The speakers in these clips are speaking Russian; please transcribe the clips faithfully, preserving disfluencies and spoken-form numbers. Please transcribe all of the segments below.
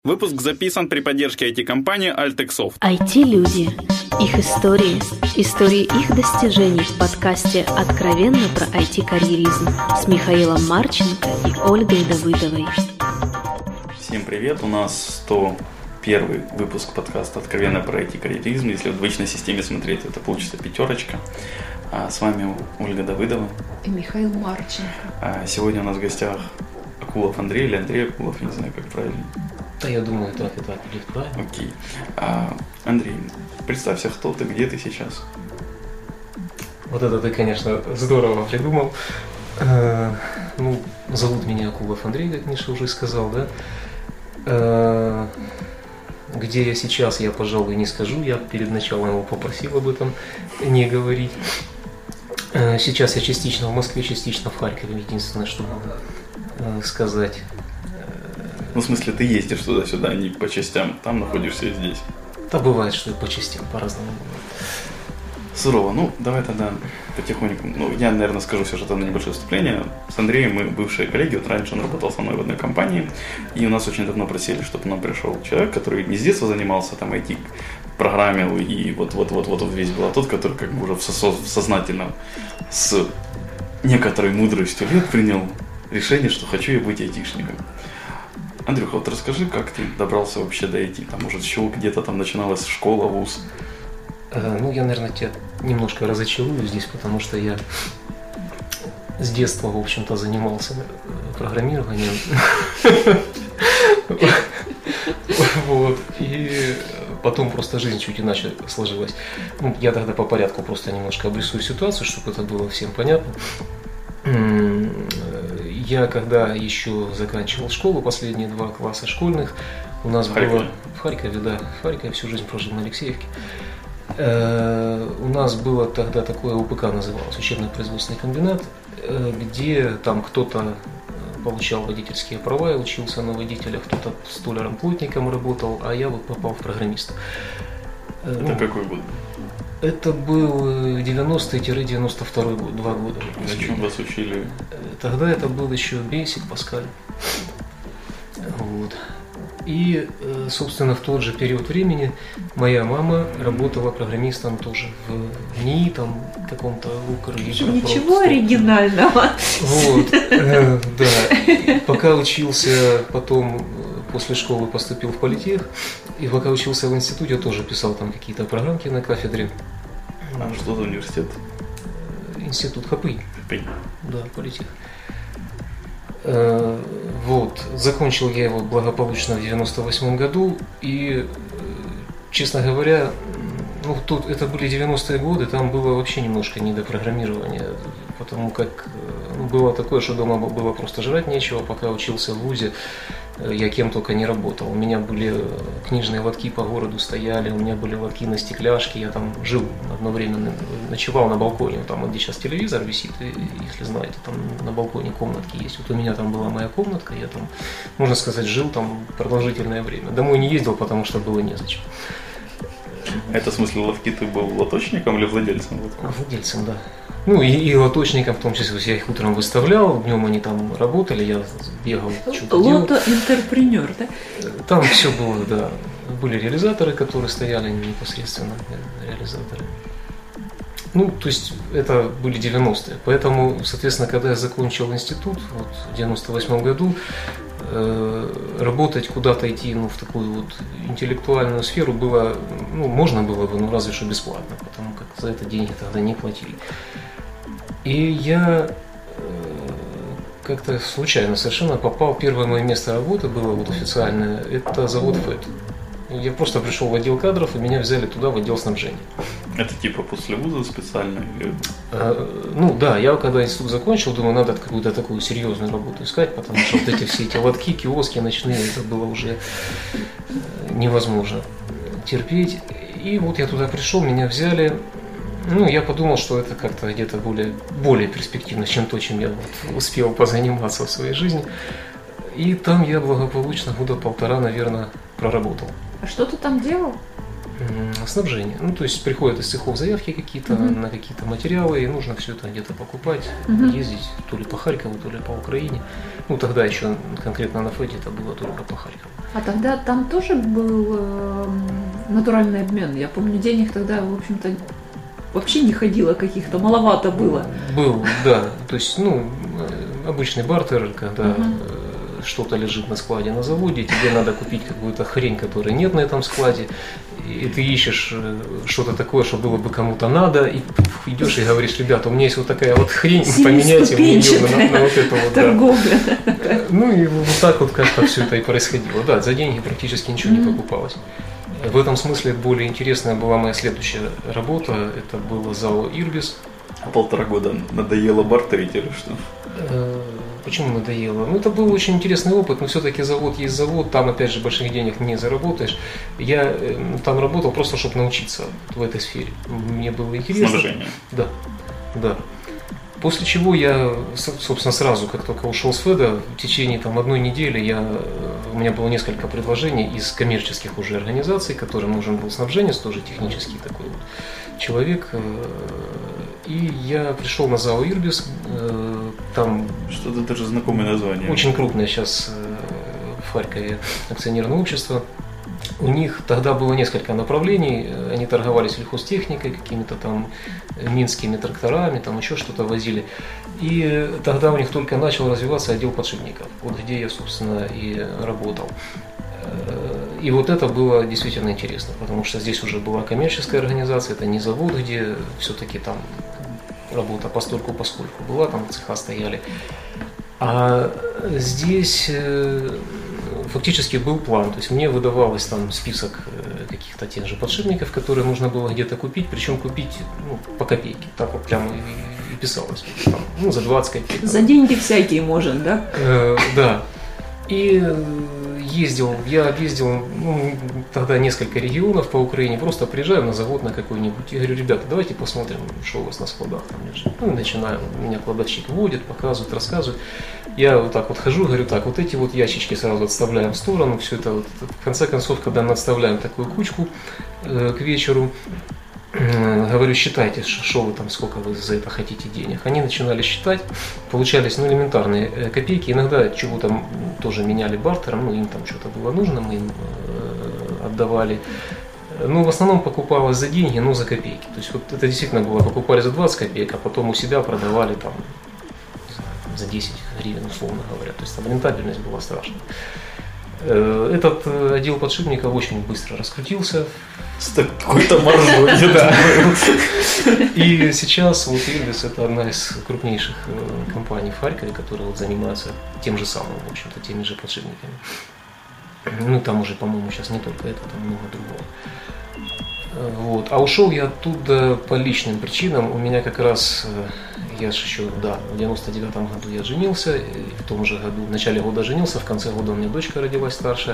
Выпуск записан при поддержке ай ти-компании Altexoft. ай ти-люди. Их истории. Истории их достижений в подкасте «Откровенно про ай ти-карьеризм» с Михаилом Марченко и Ольгой Давыдовой. Всем привет! У нас сто первый выпуск подкаста «Откровенно про ай ти-карьеризм». Если в обычной системе смотреть, это получится пятерочка. А с вами Ольга Давыдова и Михаил Марченко. А сегодня у нас в гостях Акулов Андрей или Андрей Акулов, я не знаю, как правильно. Да, я думаю, так и так будет правильно. Окей. А, Андрей, представься, кто ты, где ты сейчас? Вот это ты, конечно, здорово придумал. Э, ну, зовут меня Акулов Андрей, как Миша уже сказал, да? Э, где я сейчас, я, пожалуй, не скажу. Я перед началом его попросил об этом не говорить. Э, сейчас я частично в Москве, частично в Харькове. Единственное, что могу э, сказать. Ну, в смысле, ты ездишь туда-сюда, не по частям, там находишься и здесь. Да, бывает, что и по частям, по-разному бывает. Сурово. Ну, давай тогда потихоньку. Ну, я, наверное, скажу все же это на небольшое вступление. С Андреем мы бывшие коллеги. Вот раньше он работал со мной в одной компании. И у нас очень давно просили, чтобы нам пришел человек, который не с детства занимался там ай ти, программил и вот-вот-вот-вот весь был, а тот, который как бы уже сознательно с некоторой мудростью лет принял решение, что хочу я быть айтишником. Андрюха, вот расскажи, как ты добрался вообще до ай ти? Там, может, с чего где-то там начиналась школа, вуз? Э, ну, я, наверное, тебя немножко разочарую здесь, потому что я с детства, в общем-то, занимался программированием. Вот. И потом просто жизнь чуть иначе сложилась. Ну, я тогда по порядку просто немножко обрисую ситуацию, чтобы это было всем понятно. Я когда еще заканчивал школу, последние два класса школьных, у нас в было... Харькове? В Харькове, да. В Харькове всю жизнь прожил на Алексеевке. Э, у нас было тогда такое УПК называлось, учебно-производственный комбинат, э, где там кто-то получал водительские права и учился на водителя, кто-то столяром-плотником работал, а я вот попал в программиста. Э, Это ну, какой год? Это был девяностый-девяносто второй год, два года. На чем вас учили? Тогда это был еще Basic, Pascal. Вот. И, собственно, в тот же период времени моя мама работала программистом тоже в НИИ, там, каком-то Укргидро. Ничего оригинального. Вот, да. Пока учился, потом после школы поступил в политех, и пока учился в институте, тоже писал там какие-то программки на кафедре. А что за университет? Институт ХАПИ. ХАПИ. Да, политех. Э, вот, закончил я его благополучно в девяносто восьмом году, и, честно говоря, ну, тут это были девяностые годы, там было вообще немножко не до программирования, потому как ну, было такое, что дома было просто жрать нечего, пока учился в вузе, я кем только не работал. У меня были книжные лотки по городу стояли, у меня были лотки на стекляшке, я там жил одно время, ночевал на балконе, там где сейчас телевизор висит, если знаете, там на балконе комнатки есть. Вот у меня там была моя комнатка, я там, можно сказать, жил там продолжительное время. Домой не ездил, потому что было незачем. Это в смысле лотки ты был лоточником или владельцем лотков? Владельцем, да. Ну и, и лоточником, в том числе, я их утром выставлял, днем они там работали, я бегал, что-то делал. Лото-интерпренер, да? Там все было, да. Были реализаторы, которые стояли непосредственно, реализаторы. Ну, то есть это были девяностые. Поэтому, соответственно, когда я закончил институт, вот в девяносто восьмом году, э, работать куда-то идти, ну, в такую вот интеллектуальную сферу было, ну, можно было бы, ну, разве что бесплатно, потому как за это деньги тогда не платили. И я э, как-то случайно совершенно попал, первое мое место работы было вот официальное, это завод ФЭТ. Я просто пришел в отдел кадров, и меня взяли туда, в отдел снабжения. Это типа после вуза специально? Или... А, ну да, я когда институт закончил, думаю, надо какую-то такую серьезную работу искать, потому что вот эти все эти лотки, киоски ночные, это было уже невозможно терпеть. И вот я туда пришел, меня взяли. Ну, я подумал, что это как-то где-то более, более перспективно, чем то, чем я вот успел позаниматься в своей жизни. И там я благополучно года полтора, наверное, проработал. А что ты там делал? снабжение. Ну, то есть приходят из цехов заявки какие-то uh-huh. на какие-то материалы, и нужно все это где-то покупать, uh-huh. ездить то ли по Харькову, то ли по Украине. Ну, тогда еще конкретно на ФЭДе это было только по Харькову. А тогда там тоже был э, натуральный обмен. Я помню, денег тогда, в общем-то, вообще не ходило каких-то, маловато было. Был, да. То есть, ну, обычный бартер, когда uh-huh. что-то лежит на складе на заводе, тебе надо купить какую-то хрень, которой нет на этом складе, и ты ищешь что-то такое, что было бы кому-то надо, и идешь и говоришь: ребята, у меня есть вот такая вот хрень, поменяйте мне ее на, на вот это вот. Торговля. Да. Ну и вот так вот как-то все это и происходило. Да, за деньги практически ничего mm-hmm. не покупалось. В этом смысле более интересная была моя следующая работа, это было ЗАО «Ирбис». А полтора года надоело бартерить или что? Почему надоело? Ну, это был очень интересный опыт, но все-таки завод есть завод, там, опять же, больших денег не заработаешь. Я там работал просто, чтобы научиться в этой сфере. Мне было интересно. Снабжение. Да, да. После чего я, собственно, сразу, как только ушел с ФЭДа, в течение там, одной недели я, у меня было несколько предложений из коммерческих уже организаций, которым нужен был снабженец, тоже технический такой вот человек. И я пришел на ЗАО «Ирбис», там... Что-то даже знакомое название. Очень крупное сейчас в Харькове акционерное общество. У них тогда было несколько направлений, они торговали сельхозтехникой, какими-то там минскими тракторами, там еще что-то возили. И тогда у них только начал развиваться отдел подшипников, вот где я, собственно, и работал. И вот это было действительно интересно, потому что здесь уже была коммерческая организация, это не завод, где все-таки там работа постольку поскольку была, там цеха стояли. А здесь фактически был план, то есть мне выдавалось там список каких-то тех же подшипников, которые нужно было где-то купить, причем купить ну, по копейке, так вот прямо и, и писалось, там, ну за двадцать копеек. За деньги всякие можно, да? Э, да. И ездил, я объездил ну, тогда несколько регионов по Украине, просто приезжаю на завод на какой-нибудь и говорю: ребята, давайте посмотрим, что у вас на складах там лежит. Ну и начинаю, меня кладовщик водит, показывает, рассказывает. Я вот так вот хожу, говорю: так, вот эти вот ящички сразу отставляем в сторону, все это вот, в конце концов, когда мы отставляем такую кучку э, к вечеру, говорю: считайте, что вы там, сколько вы за это хотите денег. Они начинали считать, получались ну, элементарные копейки, иногда чего-то тоже меняли бартером, ну им там что-то было нужно, мы им э, отдавали. Ну, в основном покупалось за деньги, но за копейки. То есть вот это действительно было, покупали за двадцать копеек, а потом у себя продавали там за десять гривен, условно говоря. То есть там рентабельность была страшная. Этот отдел подшипников очень быстро раскрутился. С такой-то маржой. И сейчас вот «Ирбис» — это одна из крупнейших компаний в Харькове, которые вот занимаются тем же самым, в общем-то, теми же подшипниками. Ну, там уже, по-моему, сейчас не только это, там много другого. Вот. А ушел я оттуда по личным причинам. У меня как раз, я же еще, да, в девяносто девятом году я женился, в том же году, в начале года женился, в конце года у меня дочка родилась старшая.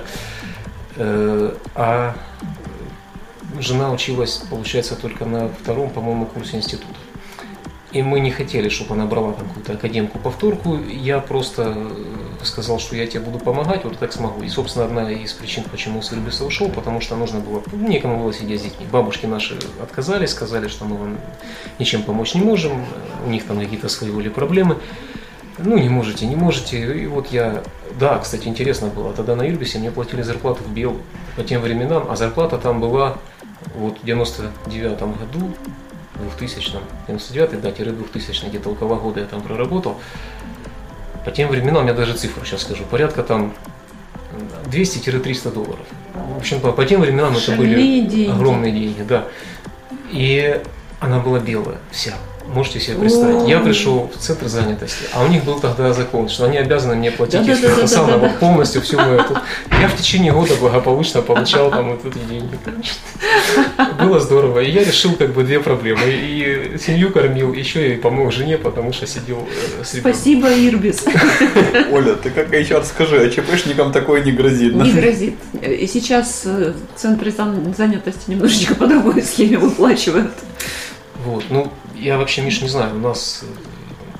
А жена училась, получается, только на втором, по-моему, курсе института. И мы не хотели, чтобы она брала там какую-то академку повторку. Я просто сказал, что я тебе буду помогать, вот так смогу. И, собственно, одна из причин, почему с «Ирбиса» ушел, потому что нужно было, некому было сидеть с детьми. Бабушки наши отказались, сказали, что мы вам ничем помочь не можем, у них там какие-то свои были проблемы. Ну, не можете, не можете. И вот я, да, кстати, интересно было, тогда на «Ирбисе» мне платили зарплату в белую по тем временам, а зарплата там была вот в девяносто девятом году, двухтысячном, девяносто девятый, да, двухтысячный, где-то около года я там проработал. По тем временам, я даже цифру сейчас скажу, порядка там двести-триста долларов. В общем, по, по тем временам это Шальные были деньги. Огромные деньги, да. И она была белая вся. Можете себе представить. О-о-о. Я пришел в центр занятости, а у них был тогда закон, что они обязаны мне платить, Да-да-да-да-да-да. если это самое, вот полностью всю мою. Я в течение года благополучно получал там вот эти деньги. Было здорово. И я решил как бы две проблемы. И семью кормил, еще и помог жене, потому что сидел э, с ребенком. Спасибо, «Ирбис». Оля, ты как эйч ар скажи, а ЧПшникам такое не грозит? Не грозит. И сейчас э, центры зан- занятости немножечко по другой схеме выплачивают. Вот, ну, я вообще, Миш, не знаю, у нас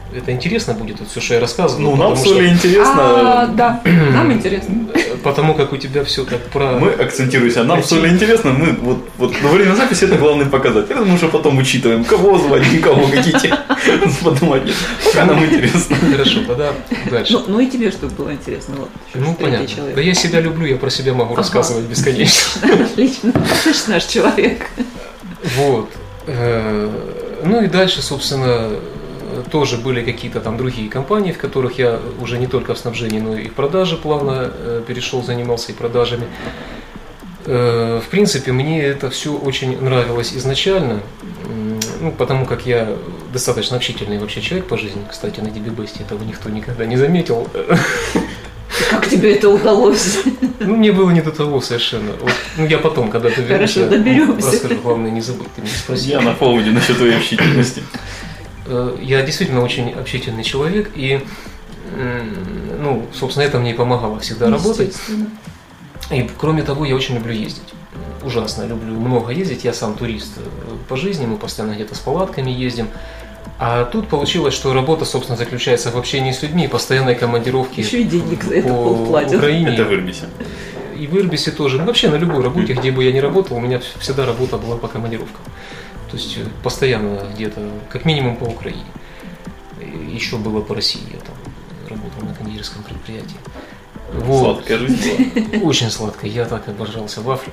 это интересно будет, вот все, что я рассказываю. Ну, нам что... ли интересно. А, да, нам интересно. Потому как у тебя все так про... Мы акцентируемся, нам все ли интересно, мы вот, вот во время записи это главный показатель. Это мы уже потом учитываем, кого звать, никого, какие темы подумать. Пока нам интересно. Хорошо, тогда дальше. Ну, ну и тебе, чтобы было интересно. Вот, ну, понятно. Человек. Да я себя люблю, я про себя могу ага. рассказывать бесконечно. Отлично, значит, наш человек. Вот. Ну и дальше, собственно, тоже были какие-то там другие компании, в которых я уже не только в снабжении, но и в продаже плавно перешел, занимался и продажами. В принципе, мне это все очень нравилось изначально, ну, потому как я достаточно общительный вообще человек по жизни. Кстати, на ди би бест этого никто никогда не заметил. Как тебе это удалось? Ну, мне было не до того совершенно. Вот, ну, я потом, когда доберусь, Хорошо, доберемся. Расскажу, главное не забудь, ты меня спросил. Я на поводе насчет твоей общительности. Я действительно очень общительный человек, и, ну, собственно, это мне и помогало всегда работать. И, кроме того, я очень люблю ездить. Ужасно люблю много ездить. Я сам турист по жизни, мы постоянно где-то с палатками ездим. А тут получилось, что работа, собственно, заключается в общении с людьми, постоянной командировке. Еще и денег за это по платят. Украине. Это в Ирбисе. И в Ирбисе тоже. Ну, вообще на любой работе, где бы я ни работал, у меня всегда работа была по командировкам. То есть постоянно где-то, как минимум по Украине. Еще было по России, я там работал на кондитерском предприятии. Вот. Сладкая жизнь была. Очень сладкая, я так обожался вафли.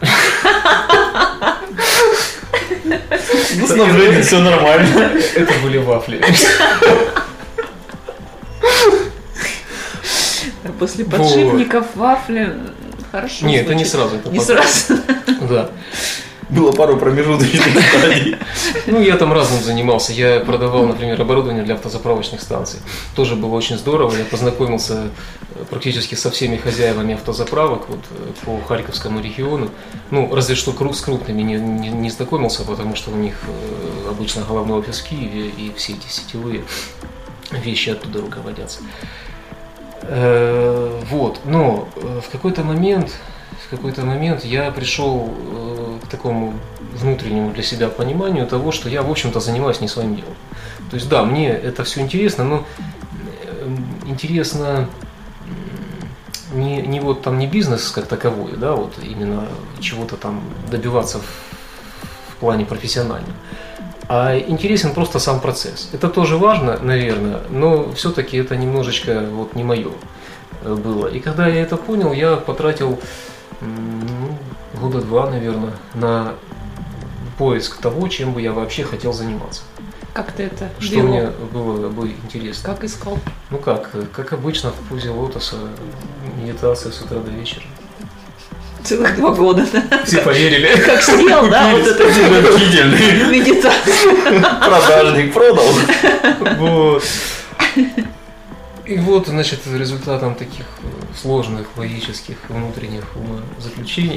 Ну, снабжение все нормально. Это были вафли. После подшипников вафли хорошо. Нет, это не сразу. Это не сразу. Да. Было пару промежуточных стадий. Ну, я там разным занимался. Я продавал, например, оборудование для автозаправочных станций. Тоже было очень здорово. Я познакомился практически со всеми хозяевами автозаправок вот, по Харьковскому региону. Ну, разве что с крупными не, не, не знакомился, потому что у них обычно головной офис в Киеве, и все эти сетевые вещи оттуда руководятся. Вот. Но в какой-то момент... В какой-то момент я пришел э, к такому внутреннему для себя пониманию того, что я, в общем-то, занимаюсь не своим делом. То есть, да, мне это все интересно, но э, интересно э, не, не вот там не бизнес как таковой, да, вот именно чего-то там добиваться в, в плане профессиональном, а интересен просто сам процесс. Это тоже важно, наверное, но все-таки это немножечко вот не мое было. И когда я это понял, я потратил Ну, года два, наверное, на поиск того, чем бы я вообще хотел заниматься. Как ты это Что делал? мне было бы интересно. Как искал? Ну как, как обычно в позе лотоса, медитация с утра до вечера. Целых два года, да? Все поверили. Как съел, да, вот это медитация. Продажник продал. Вот. И вот, значит, результатом таких сложных логических внутренних умозаключений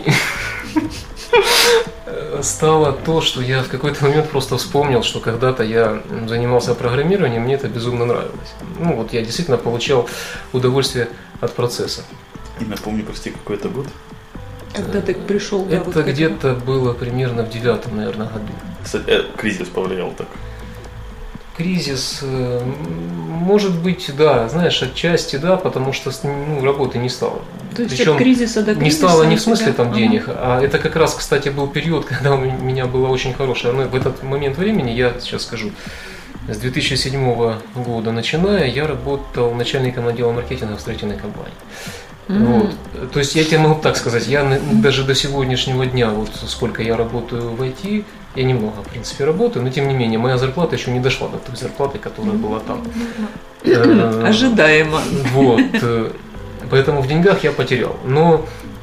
стало то, что я в какой-то момент просто вспомнил, что когда-то я занимался программированием, мне это безумно нравилось. Ну вот я действительно получал удовольствие от процесса. И напомни, прости, какой это год? Когда ты пришел? Да, это вот где-то было примерно в девятом, наверное, году. Кстати, э, кризис повлиял так. Кризис, может быть, да, знаешь, отчасти да, потому что ну, работы не стало. То есть Причем от кризиса до кризиса не стало не в смысле там ага. денег, а это как раз, кстати, был период, когда у меня было очень хорошее. Но в этот момент времени, я сейчас скажу, с две тысячи седьмого года начиная, я работал начальником отдела маркетинга в строительной компании. Mm-hmm. Вот. То есть я тебе могу так сказать, я даже до сегодняшнего дня, вот сколько я работаю в ай ти, я немного, в принципе, работаю, но тем не менее, моя зарплата еще не дошла до той зарплаты, которая была там. Ожидаемо. Вот. Поэтому в деньгах я потерял. Но...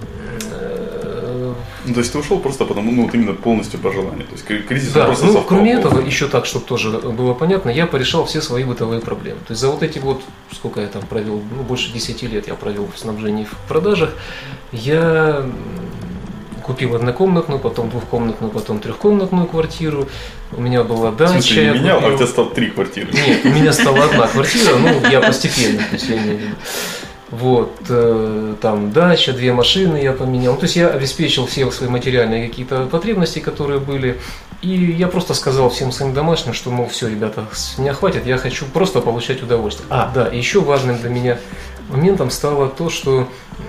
Ну, то есть ты ушел просто потому, ну, вот именно полностью по желанию. То есть кризис да, просто ну, совпал. Кроме этого, еще так, чтобы тоже было понятно, я порешал все свои бытовые проблемы. То есть за вот эти вот, сколько я там провел, ну, больше десяти лет я провел в снабжении и в продажах, я купил однокомнатную, потом двухкомнатную, потом трехкомнатную квартиру. У меня была дача. В смысле, не менял, купил... а у тебя стало три квартиры? Нет, у меня стала одна квартира, ну, я постепенно, то есть я имею в виду. Вот, э, там дача, две машины я поменял. То есть я обеспечил все свои материальные какие-то потребности, которые были. И я просто сказал всем своим домашним, что, мол, все, ребята, с меня хватит, я хочу просто получать удовольствие. А, да, еще важным для меня моментом стало то, что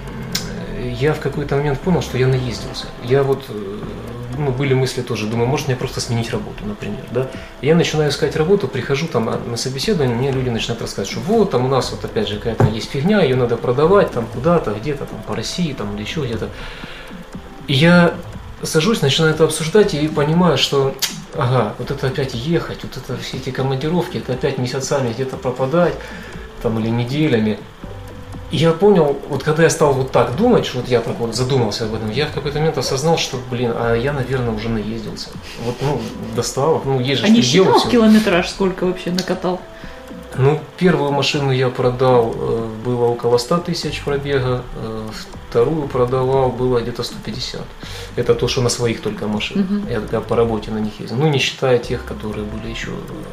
я в какой-то момент понял, что я наездился. Я вот, ну, были мысли тоже, думаю, может мне просто сменить работу, например, да. Я начинаю искать работу, прихожу там на собеседование, мне люди начинают рассказывать, что вот, там у нас вот опять же какая-то есть фигня, ее надо продавать там куда-то, где-то там по России, там или еще где-то. И я сажусь, начинаю это обсуждать и понимаю, что, ага, вот это опять ехать, вот это все эти командировки, это опять месяцами где-то пропадать, там, или неделями. И я понял, вот когда я стал вот так думать, что вот я так вот задумался об этом, я в какой-то момент осознал, что, блин, а я, наверное, уже наездился. Вот, ну, достал, ну, есть же а не что делать. считал километраж, сколько вообще накатал? Ну, первую машину я продал, было около ста тысяч пробега, вторую продавал, было где-то сто пятьдесят. Это то, что на своих только машинах. Uh-huh. Я тогда по работе на них ездил. Ну, не считая тех, которые были еще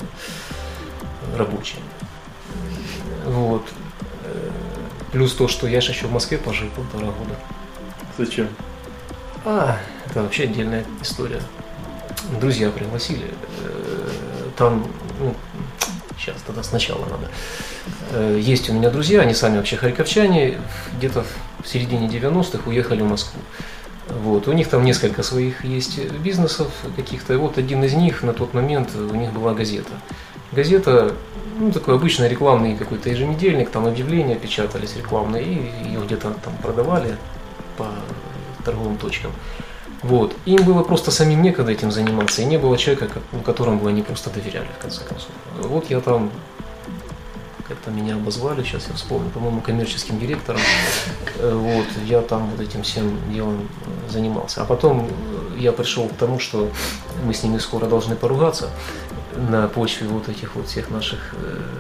рабочие. Вот. Плюс то, что я же еще в Москве пожил полтора года. Зачем? А, это вообще отдельная история. Друзья пригласили. Там, ну, сейчас, тогда сначала надо. Есть у меня друзья, они сами вообще харьковчане, где-то в середине девяностых уехали в Москву. Вот. У них там несколько своих есть бизнесов каких-то. И вот один из них на тот момент, у них была газета. Газета, ну, такой обычный рекламный какой-то еженедельник, там объявления печатались рекламные, и ее где-то там продавали по торговым точкам. Вот. И им было просто самим некогда этим заниматься, и не было человека, которому бы они просто доверяли, в конце концов. Вот я там, как-то меня обозвали, сейчас я вспомню, по-моему, коммерческим директором. Вот, я там вот этим всем делом занимался. А потом я пришел к тому, что мы с ними скоро должны поругаться на почве вот этих вот всех наших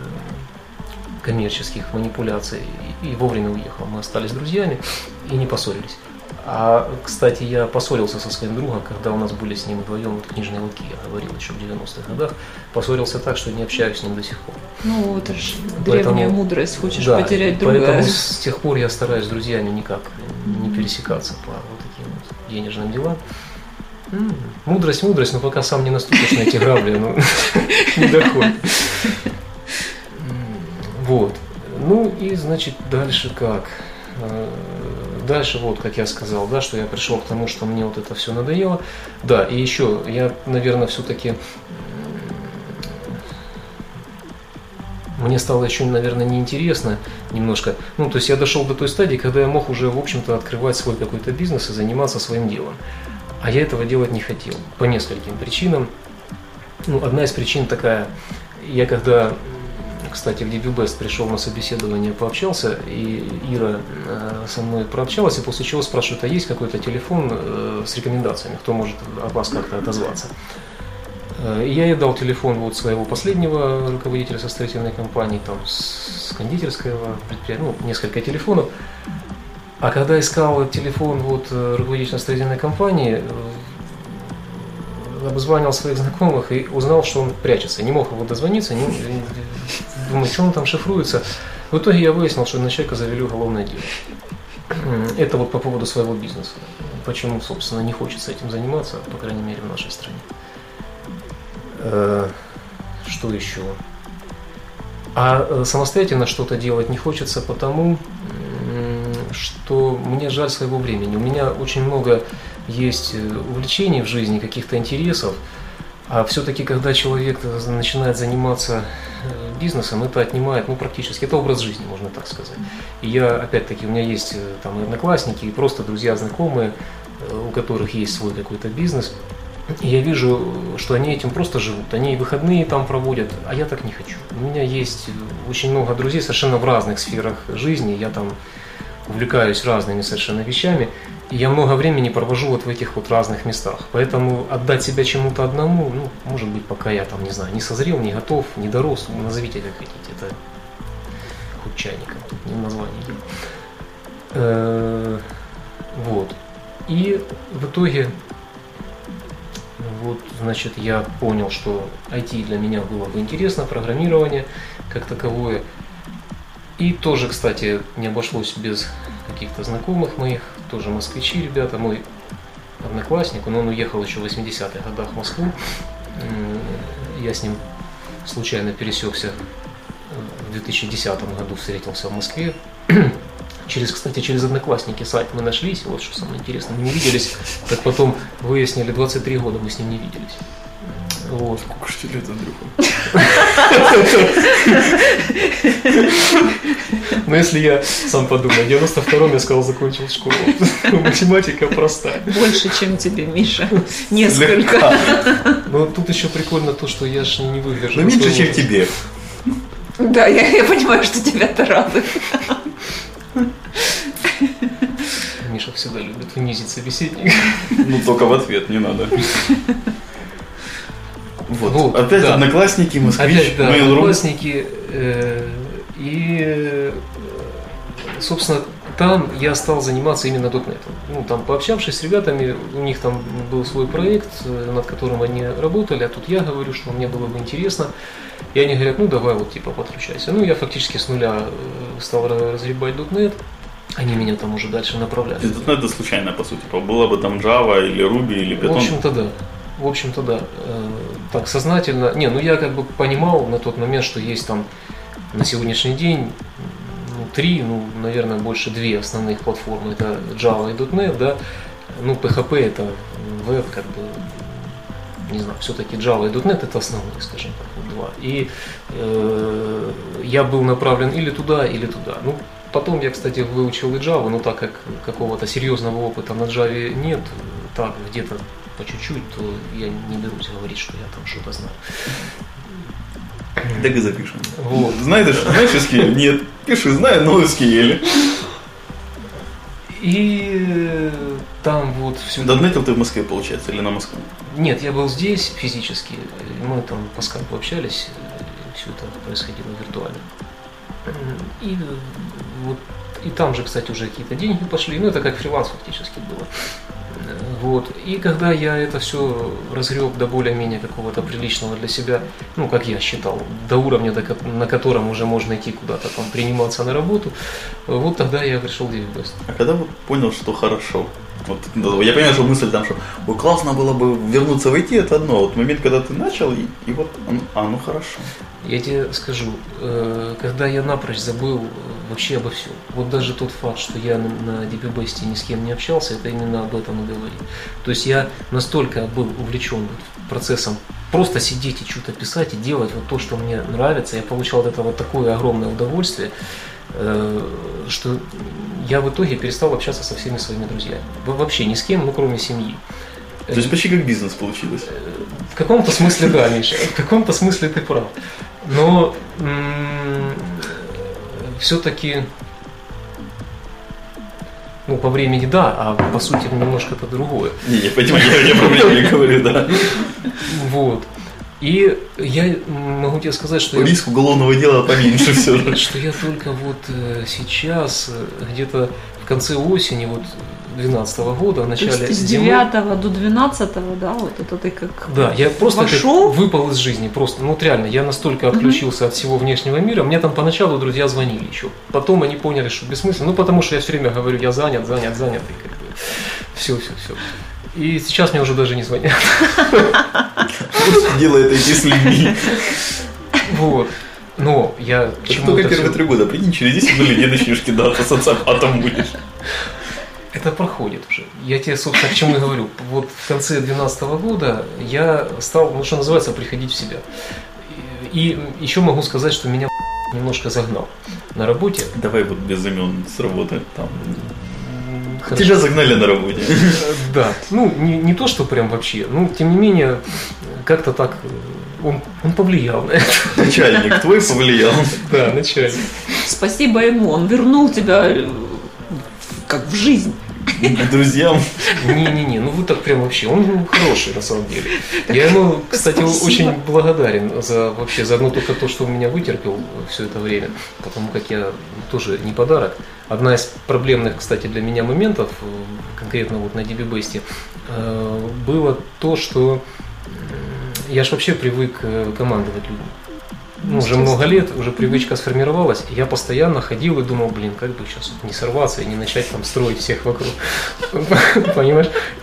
коммерческих манипуляций, и вовремя уехал. Мы остались друзьями и не поссорились. А, кстати, я поссорился со своим другом, когда у нас были с ним вдвоем вот книжные лотки, я говорил еще в девяностых годах. Поссорился так, что не общаюсь с ним до сих пор. Ну, это же древняя мудрость, хочешь да, потерять друга. Поэтому с тех пор я стараюсь с друзьями никак не пересекаться по вот таким вот денежным делам. М-м, мудрость, мудрость, но пока сам не наступишь на эти грабли, ну, не доходит. Вот. Ну и, значит, дальше как? Дальше, вот, как я сказал, да, что я пришел к тому, что мне вот это все надоело. Да, и еще, я, наверное, все-таки, мне стало еще, наверное, неинтересно немножко. Ну, то есть я дошел до той стадии, когда я мог уже, в общем-то, открывать свой какой-то бизнес и заниматься своим делом. А я этого делать не хотел, по нескольким причинам. Ну, одна из причин такая, я когда... Кстати, в DBBest пришел на собеседование, пообщался, и Ира со мной прообщалась, и после чего спрашивает, а есть какой-то телефон с рекомендациями, кто может от вас как-то отозваться. И я ей дал телефон вот своего последнего руководителя со строительной компании, там, с кондитерского предприятия, ну, несколько телефонов. А когда искал телефон вот, руководителя строительной компании, обзванивал своих знакомых и узнал, что он прячется. Не мог его дозвониться, не, думаю, что он там шифруется. В итоге я выяснил, что на человека завели уголовное дело. Это вот по поводу своего бизнеса. Почему, собственно, не хочется этим заниматься, по крайней мере, в нашей стране. Что еще? А самостоятельно что-то делать не хочется, потому что мне жаль своего времени. У меня очень много есть увлечений в жизни, каких-то интересов, а все-таки, когда человек начинает заниматься бизнесом, это отнимает, ну, практически, это образ жизни, можно так сказать. И я, опять-таки, у меня есть там одноклассники и просто друзья, знакомые, у которых есть свой какой-то бизнес, и я вижу, что они этим просто живут, они выходные там проводят, а я так не хочу. У меня есть очень много друзей совершенно в разных сферах жизни, я там увлекаюсь разными совершенно вещами, и я много времени провожу вот в этих вот разных местах. Поэтому отдать себя чему-то одному, ну, может быть, пока я там, не знаю, не созрел, не готов, не дорос, ну, назовите как хотите, это хоть чайником, тут не название дело. Вот. И в итоге, вот, значит, я понял, что ай ти для меня было бы интересно, программирование как таковое. И тоже, кстати, не обошлось без каких-то знакомых моих, тоже москвичи, ребята. Мой одноклассник, но он уехал еще в восьмидесятых годах в Москву. Я с ним случайно пересекся в две тысячи десятом году, встретился в Москве. Через, кстати, через Одноклассники сайт мы нашлись, вот что самое интересное, мы не виделись, как потом выяснили, двадцать три года мы с ним не виделись. Вот. Сколько ж тебе лет, Андрюха? Но если я сам подумаю, в девяносто втором я сказал, закончил школу. Математика простая. Больше, чем тебе, Миша. Несколько. Но тут еще прикольно то, что я же не выдержал. Ну меньше, чем тебе. Да, я, я понимаю, что тебя-то радует. Миша всегда любит унизить собеседника. Ну только в ответ, не надо. Вот. Вот, Опять да. Одноклассники, Москвич, Опять, да, Mail.ru. Одноклассники. Э, и, собственно, там я стал заниматься именно дотнетом. Ну, там, пообщавшись с ребятами, у них там был свой проект, над которым они работали, а тут я говорю, что мне было бы интересно. И они говорят, ну, давай вот, типа, подключайся. Ну, я фактически с нуля стал разгребать дотнет. Они меня там уже дальше направляли. дотнет это случайно, по сути. Была бы там Java или Ruby или Python. В общем-то, да. В общем-то, да. Так, сознательно. Не, ну я как бы понимал на тот момент, что есть там на сегодняшний день ну, три, ну, наверное, больше две основных платформы. Это Java и .NET, да. Ну, пи эйч пи это веб, как бы, не знаю, все-таки Java и .NET это основные, скажем так, два. И э, я был направлен или туда, или туда. Ну, потом я, кстати, выучил и Java, но так как какого-то серьезного опыта на Java нет, так, где-то по чуть-чуть, то я не берусь говорить, что я там что-то знаю. Так и запишем. Вот. Знаешь, знаешь эс кью эль? Нет. Пиши, знаю, но эс кью эль. И там вот все. Дотнетил ты в Москве, получается, или на Москву? Нет, я был здесь физически. Мы там по скайпу общались, все это происходило виртуально. И вот и там же, кстати, уже какие-то деньги пошли. Ну, это как фриланс фактически было. Вот. И когда я это все разгреб до более-менее какого-то приличного для себя, ну, как я считал, до уровня, на котором уже можно идти куда-то там приниматься на работу, вот тогда я пришел в DiviBest. А когда вот понял, что хорошо? Вот, я понимаю, что мысль там, что ой, классно было бы вернуться в ай ти, это одно. Вот момент, когда ты начал, и, и вот, а, ну хорошо. Я тебе скажу, когда я напрочь забыл вообще обо всем, вот даже тот факт, что я на DiviBest ни с кем не общался, это именно об этом и говорит. То есть я настолько был увлечен процессом просто сидеть и что-то писать и делать вот то, что мне нравится, я получал от этого такое огромное удовольствие, что я в итоге перестал общаться со всеми своими друзьями. Вообще ни с кем, ну кроме семьи. То есть почти как бизнес получилось. В каком-то смысле да, Миша, в каком-то смысле ты прав. Но м- все-таки ну, по времени да, а по сути немножко это другое. Не, я понимаю, я не про времени говорю, да. Вот. И я могу тебе сказать, что... Риск уголовного дела поменьше все же. Что я только вот сейчас, где-то в конце осени, вот двенадцатого года, в начале зимы... с зимы... девятого до двенадцатого, да, вот это ты как Да, я просто вошел? выпал из жизни, просто, ну вот реально, я настолько отключился mm-hmm. от всего внешнего мира, мне там поначалу друзья звонили еще, потом они поняли, что бессмысленно, ну потому что я все время говорю, я занят, занят, занят, и как бы все, все, все. И сейчас мне уже даже не звонят. Что делает эти с людьми? Вот. Но я к это чему только это первые все... три года. Прикинь, через десять лет начнешь кидаться социопатом будешь. Это проходит уже. Я тебе, собственно, к чему и говорю. Вот в конце две тысячи двенадцатого года я стал, ну что называется, приходить в себя. И еще могу сказать, что меня немножко загнал на работе. Давай вот без имен с работы. Там. Хорошо. Тебя загнали на работе. Да. Ну, не, не то, что прям вообще. Ну, тем не менее, как-то так он, он повлиял на это. Начальник твой повлиял. Да, начальник. Спасибо ему, он вернул тебя как в жизнь. Друзьям. Не-не-не, ну вы так прям вообще, он хороший на самом деле. Я ему, кстати, Спасибо. Очень благодарен за вообще за одно только то, что он меня вытерпел все это время, потому как я тоже не подарок. Одна из проблемных, кстати, для меня моментов, конкретно вот на DiviBest, было то, что я ж вообще привык командовать людьми. Ну, уже много лет, уже привычка сформировалась, и я постоянно ходил и думал, блин, как бы сейчас не сорваться и не начать там строить всех вокруг. Понимаешь?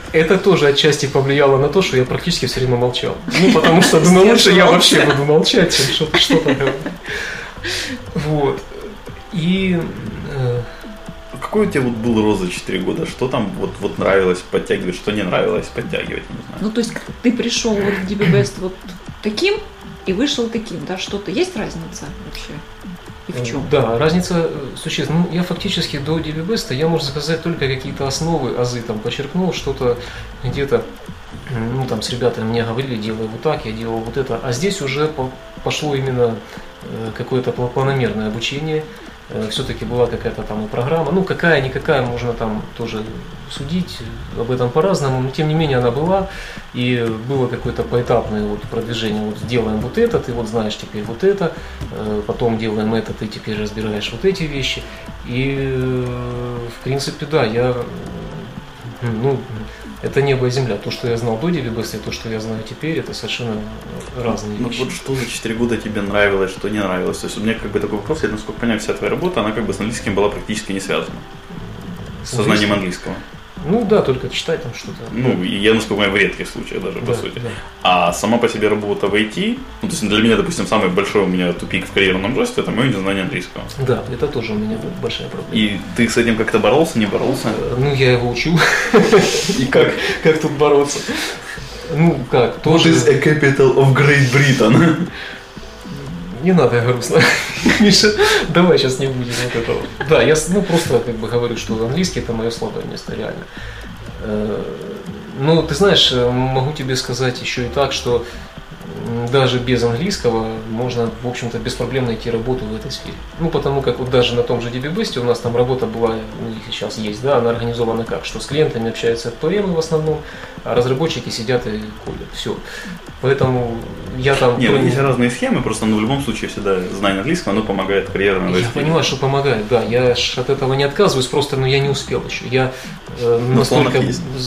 Это тоже отчасти повлияло на то, что я практически все время молчал. Ну, потому что думаю, лучше я вообще буду молчать, чем что-то, что-то говорить. Вот. И... Э... Какой у тебя вот был рост за четыре года? Что там вот, вот нравилось подтягивать, что не нравилось подтягивать? Не знаю. Ну, то есть ты пришел вот в ди би Best вот таким и вышел таким, да? Что-то есть разница вообще? И в чем? Да, разница существенная. Ну, я фактически до ди би Best, я, можно сказать, только какие-то основы, азы там почерпнул, что-то где-то, ну, там с ребятами мне говорили, делай вот так, я делал вот это. А здесь уже пошло именно какое-то планомерное обучение. Все-таки была какая-то там и программа, ну какая-никакая, можно там тоже судить об этом по-разному, но тем не менее она была, и было какое-то поэтапное вот продвижение, вот делаем вот это, ты вот знаешь теперь вот это, потом делаем это, ты теперь разбираешь вот эти вещи, и в принципе да, я, ну, это небо и земля. То, что я знал до ди би Best, и то, что я знаю теперь, это совершенно разные ну, вещи. Вот что за четыре года тебе нравилось, что не нравилось? То есть у меня как бы такой вопрос, я, насколько понимаю, вся твоя работа, она как бы с английским была практически не связана. С сознанием английского. Ну да, только читать там что-то. Ну, и я, насколько понимаю, в редких случаях даже, по да, сути. Да. А сама по себе работа в ай ти, ну, то есть для меня, допустим, самый большой у меня тупик в карьерном росте, это мое незнание английского. Да, это тоже у меня большая проблема. И ты с этим как-то боролся, не боролся? Ну, я его учу. И как? Как тут бороться? Ну, как, тоже... What is a capital of Great Britain? Не надо грустно. Миша, давай сейчас не будем вот этого. Да, я ну, просто как бы говорю, что английский это мое слабое место, реально. Ну, ты знаешь, могу тебе сказать еще и так, что даже без английского можно, в общем-то, без проблем найти работу в этой сфере. Ну, потому как вот даже на том же ди би Best у нас там работа была, ну, и сейчас есть, да, она организована как, что с клиентами общаются пи эм в основном, а разработчики сидят и кодят, все. Поэтому я там... Нет, есть разные схемы, просто ну, в любом случае всегда знание английского, оно помогает карьерно расти. Я понимаю, что помогает, да, я от этого не отказываюсь, просто, но я не успел еще. Я э, настолько...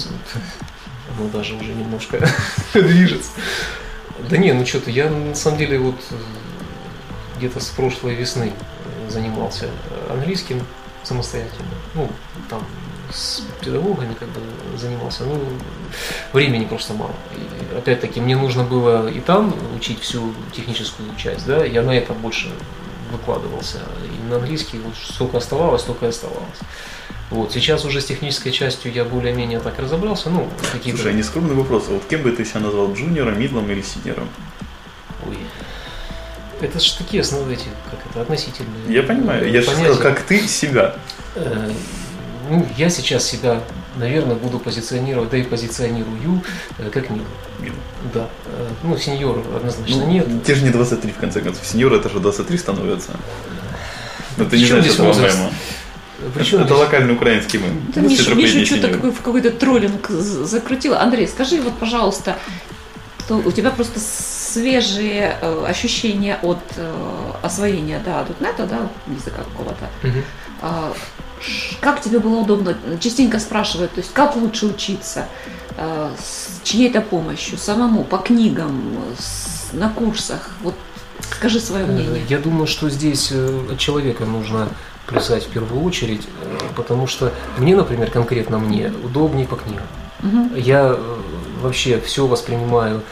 Ну, даже уже немножко движется. Да не, ну что-то, я на самом деле вот где-то с прошлой весны занимался английским самостоятельно. Ну, там с педагогами как бы занимался, ну, времени просто мало. И, опять-таки, мне нужно было и там учить всю техническую часть, да, я на это больше выкладывался. И на английский вот сколько оставалось, столько и оставалось. Вот, сейчас уже с технической частью я более-менее так разобрался, ну, какие-то... Слушай, нескромный вопрос, а вот кем бы ты себя назвал, джуниором, мидлом или синьором? Ой, это же такие основы эти, как это, относительные. Я понимаю, я же сказал, как ты себя. Э, ну, я сейчас себя, наверное, буду позиционировать, да и позиционирую, э, как мидл. Мидл. Да, э, ну, сеньор однозначно ну, нет. Те же не двадцать три, в конце концов, сеньор это же двадцать три становятся. Но ты не знаешь этого мема. Причем это здесь... локальный украинский мем. Да, Миша, Миша что-то какой, в какой-то троллинг закрутила. Андрей, скажи вот, пожалуйста, что у тебя просто свежие э, ощущения от э, освоения, да, дотнета, да, языка какого-то. Угу. А, как тебе было удобно? Частенько спрашивают, то есть как лучше учиться? Э, с чьей-то помощью, самому, по книгам, с, на курсах? Вот скажи свое мнение. Я думаю, что здесь от человека нужно плясать в первую очередь, потому что мне, например, конкретно мне удобнее по книгам. Угу. Я вообще все воспринимаю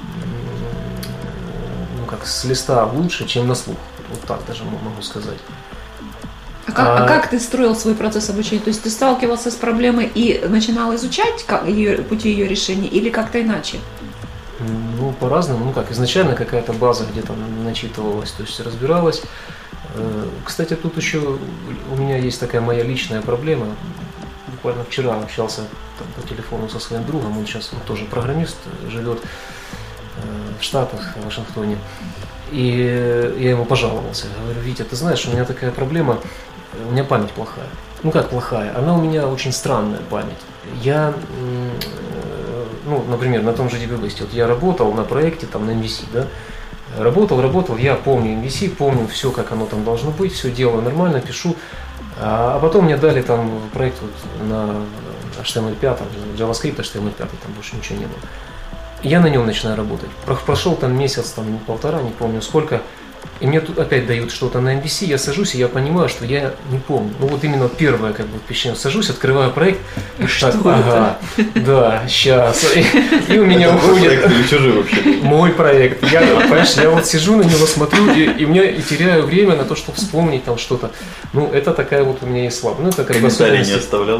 ну, как с листа лучше, чем на слух. Вот так даже могу сказать. А как, а... а как ты строил свой процесс обучения? То есть ты сталкивался с проблемой и начинал изучать как ее, пути ее решения или как-то иначе? Ну, по-разному. Ну как, изначально какая-то база где-то начитывалась, то есть разбиралась. Кстати, тут еще у меня есть такая моя личная проблема. Буквально вчера общался там, по телефону со своим другом, он сейчас он тоже программист, живет в Штатах, в Вашингтоне. И я ему пожаловался, говорю: Витя, ты знаешь, у меня такая проблема, у меня память плохая. Ну как плохая? Она у меня очень странная память. Я, ну, например, на том же ди би Best, вот я работал на проекте, там, на эм ви си, да, Работал, работал, я помню эм ви си, помню все, как оно там должно быть, все делаю нормально, пишу. А потом мне дали там проект вот на эйч ти эм эль пять, JavaScript, эйч ти эм эль пять, там больше ничего не было. Я на нем начинаю работать. Прошел там месяц, там полтора, не помню сколько. И мне тут опять дают что-то на эн би си, я сажусь, и я понимаю, что я не помню. Ну вот именно первое, как бы, впечатление. Сажусь, открываю проект, и что так, это? ага, да, сейчас. И, и у меня Это твой уходит... проект или чужой вообще? Мой проект. Я, понимаешь, я вот сижу на него, смотрю, и, и мне и теряю время на то, чтобы вспомнить там что-то. Ну, это такая вот у меня есть слабость. Ну, это как бы Комментарий не особенность. оставлял?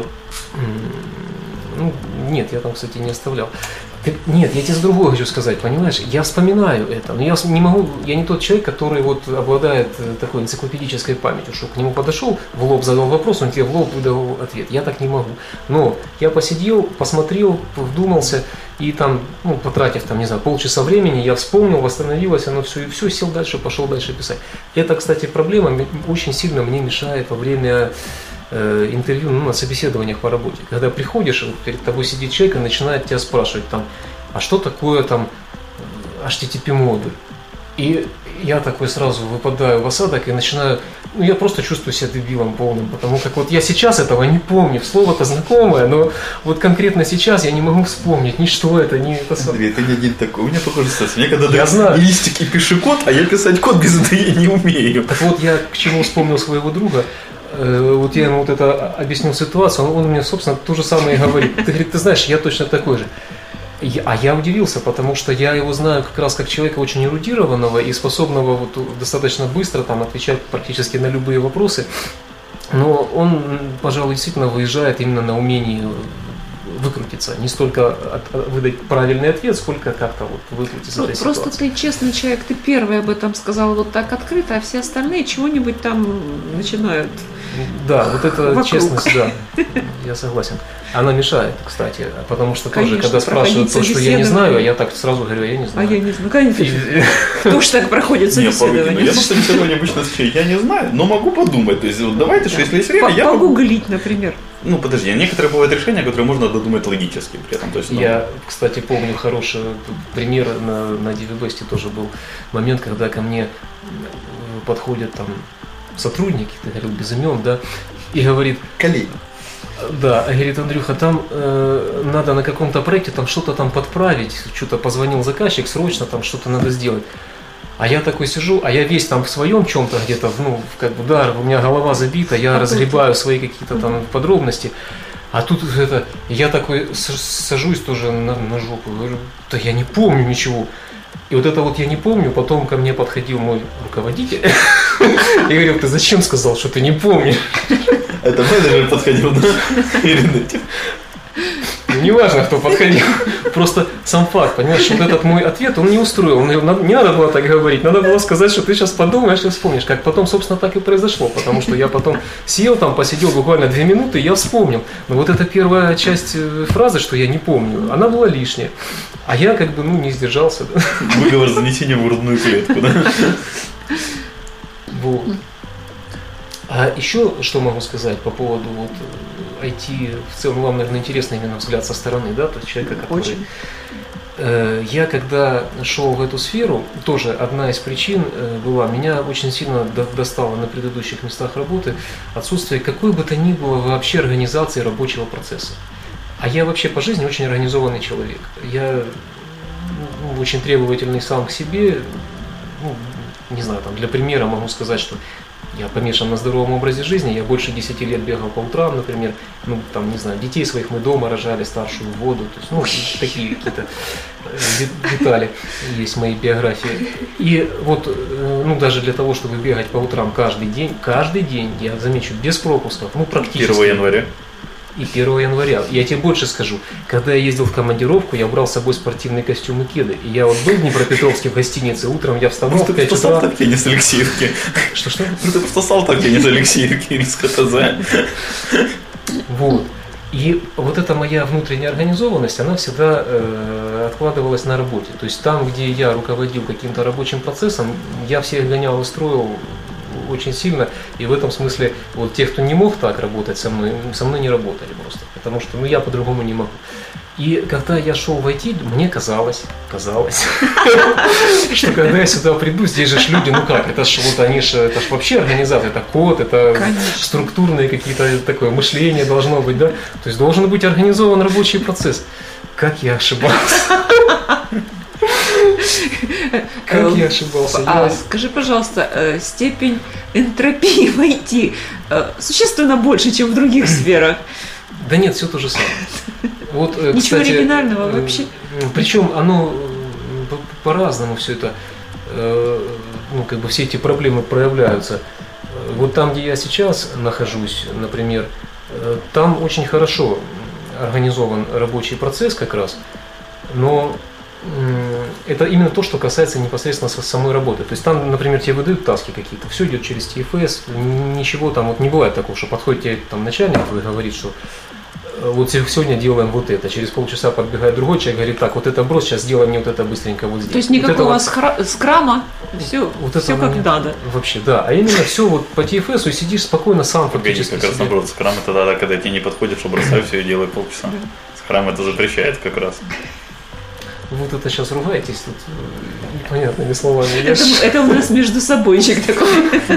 Ну, нет, я там, кстати, не оставлял. Ты- Нет, я тебе с другого хочу сказать, понимаешь? Я вспоминаю это, но я с- не могу, я не тот человек, который вот обладает э, такой энциклопедической памятью, что к нему подошел, в лоб задал вопрос, он тебе в лоб выдал ответ. Я так не могу. Но я посидел, посмотрел, вдумался, и там, ну, потратив там, не знаю, полчаса времени, я вспомнил, восстановилось оно все, и все, сел дальше, пошел дальше писать. Это, кстати, проблема м- очень сильно мне мешает во время э, интервью, ну, на собеседованиях по работе. Когда приходишь, и вот перед тобой сидит человек и начинает тебя спрашивать там, а что такое там эйч ти ти пи-модуль? И я такой сразу выпадаю в осадок и начинаю, ну я просто чувствую себя дебилом полным, потому как вот я сейчас этого не помню, слово-то знакомое, но вот конкретно сейчас я не могу вспомнить ни что это, ни это самое. Андрей, ты не один такой. У меня похоже ситуация. Мне когда Я дают знаю. листик и пиши код, а я писать код без ай ди и не умею. Так вот, я к чему вспомнил своего друга. Э, Вот я ему вот это объяснил ситуацию, он, он мне, собственно, то же самое и говорит. Ты, говорит, ты знаешь, я точно такой же. Я- а я удивился, потому что я его знаю как раз как человека очень эрудированного и способного вот достаточно быстро там отвечать практически на любые вопросы. Но он, м, пожалуй, действительно выезжает именно на умении выкрутиться. Не столько от- от- выдать правильный ответ, сколько как-то вот выкрутиться из Про- этой Просто ситуации. ты честный человек, ты первый об этом сказал вот так открыто, а все остальные чего-нибудь там начинают. Да, вот эта Вокруг. честность, да, я согласен. Она мешает, кстати, потому что тоже, Конечно, когда спрашивают то, проходить что я не собеседование. знаю, а я так сразу говорю, я не А знаю. я не знаю, конечно. И- Кто ж так проходит Не, Павлик, ну собеседование? я на собеседовании обычно отвечаю, я не знаю, но могу подумать. То есть вот давайте, что если есть время, По- я могу... Погуглить, например. Ну подожди, некоторые бывают решения, которые можно додумать логически при этом. То есть, ну, Я, кстати, помню хороший пример на, на DiviBest тоже был момент, когда ко мне э, подходят там сотрудники, ты говорил без имен, да, и говорит, коллеги. да, а говорит, Андрюха, там э, надо на каком-то проекте там что-то там подправить, что-то позвонил заказчик, срочно там что-то надо сделать. А я такой сижу, а я весь там в своем чем-то где-то, ну, как бы, да, у меня голова забита, я А тут- разгребаю свои какие-то там подробности. А тут это, я такой с- сажусь тоже на, на жопу, говорю, да я не помню ничего. И вот это вот я не помню, потом ко мне подходил мой руководитель и говорил, ты зачем сказал, что ты не помнишь? Это менеджер подходил, да? Перед этим. Ну, неважно, кто подходил. Просто сам факт, понимаешь, вот этот мой ответ, он не устроил. Он говорил, «Надо- не надо было так говорить, надо было сказать, что ты сейчас подумаешь и вспомнишь. Как потом, собственно, так и произошло. Потому что я потом сел там, посидел буквально две минуты, и я вспомнил. Но вот эта первая часть э, фразы, что я не помню, она была лишняя. А я как бы, ну, не сдержался. Да? Выговор занесения в грудную клетку, да? Вот. А еще что могу сказать по поводу вот ай ти в целом, вам, наверное, интересно именно взгляд со стороны, да, то есть человека, который... Очень. Э, Я когда шел в эту сферу, тоже одна из причин э, была, меня очень сильно до- достало на предыдущих местах работы отсутствие какой бы то ни было вообще организации рабочего процесса. А я вообще по жизни очень организованный человек. Я ну, очень требовательный сам к себе. Ну, не знаю, там, для примера могу сказать, что я помешан на здоровом образе жизни, я больше десяти лет бегал по утрам, например, ну, там, не знаю, детей своих мы дома рожали, старшую в воду, то есть, ну, такие какие-то э, де- детали есть в моей биографии. И вот, э, ну, даже для того, чтобы бегать по утрам каждый день, каждый день, я замечу, без пропусков, ну, практически. первого января. И первого января. Я тебе больше скажу. Когда я ездил в командировку, я брал с собой спортивный костюм и кеды. И я вот был в Днепропетровске в гостинице, утром я вставал Ну, в ты пять просто утра. Салтовки, а не с Алексеевки. Что-что? Ну, ты просто Салтовки, а не с Алексеевки, или с ХТЗ. Вот. И вот эта моя внутренняя организованность, она всегда э, откладывалась на работе. То есть там, где я руководил каким-то рабочим процессом, я всех гонял и строил очень сильно. И в этом смысле вот те, кто не мог так работать со мной, со мной не работали просто. Потому что ну, я по-другому не могу. И когда я шел в ай ти, мне казалось, казалось, что когда я сюда приду, здесь же ж люди, ну как, это ж вот они же, это ж вообще организация, это код, это Конечно. структурное какие-то такое мышление должно быть, да? То есть должен быть организован рабочий процесс. Как я ошибался. Как я ошибался. А Я- скажи, пожалуйста, э, степень энтропии в ай ти э, существенно больше, чем в других сферах? Да нет, все то же самое. Вот, э, Ничего кстати, оригинального э, вообще. Причем оно э, по- по-разному все это, э, ну, как бы все эти проблемы проявляются. Э, Вот там, где я сейчас нахожусь, например, э, там очень хорошо организован рабочий процесс как раз, но м, это именно то, что касается непосредственно со- самой работы. То есть там, например, тебе выдают таски какие-то, все идет через ти эф эс, н- ничего там вот не бывает такого, что подходит тебе там начальник твой и говорит, что э, вот се- сегодня делаем вот это, через полчаса подбегает другой человек, говорит, так, вот это брось, сейчас сделай мне вот это быстренько вот здесь. То есть Вот это никакого вот- скра- скрама, все, вот это все как не- надо. Вообще, да. А именно все вот по ти эф эсу и сидишь спокойно сам Погоди, фактически как раз себе. наоборот, скрам это тогда, когда тебе не подходит, что бросай все и делай полчаса. Скрам это запрещает как раз. Вот это сейчас ругаетесь тут э, непонятными словами. Я Это, ж- это у нас между собойчик такой.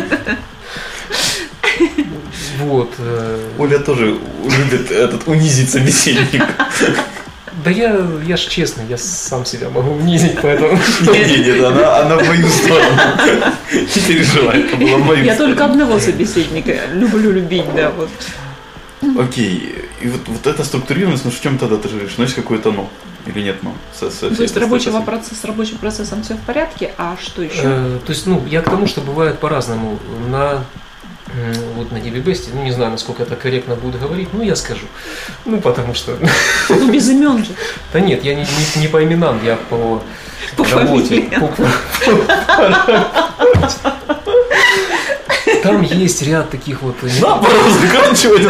Вот. э, Оля тоже любит этот унизить собеседника. Да я, я ж честный, я сам себя могу унизить, поэтому... Нет, нет, она, она в мою сторону. Не переживай, это было в мою Я сторону. только одного собеседника люблю любить, да, вот. Окей, и вот, вот эта структурированность, ну в чем тогда ты живешь? Ну есть какое-то «но» или нет «но»? Со- со- Ну, то есть со- рабочего со- процесса, с рабочим процессом все в порядке, а что еще? Э, То есть, ну, я к тому, что бывает по-разному. На м, вот на ди би бест, ну не знаю, насколько это корректно будет говорить, ну я скажу. Ну, потому что... Ну, без имен же. Да нет, я не, не- не по именам, я по, По работе. фамилиям. По- по- Там есть ряд таких вот... Да, пора заканчивать.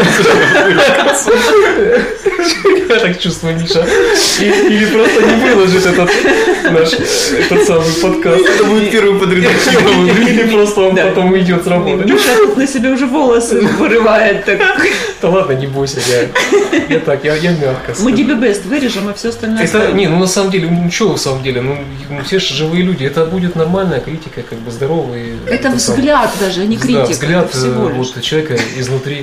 Я так чувствую, Миша. И- Или просто не выложит этот наш этот самый подкаст. Это будет первый подредактированный. Или просто он Да. потом уйдет с работы. Миша тут на себе уже волосы вырывает. Так. Да ладно, не бойся, я, я так, я, я мягко Мы скажу. ди би бест вырежем, а все остальное Это, оставим. не, ну на самом деле, ну что на самом деле, ну ну, все же живые люди, это будет нормальная критика, как бы здоровый. Это взгляд даже, а не критика. Да, взгляд это всего э, лишь. вот человека изнутри.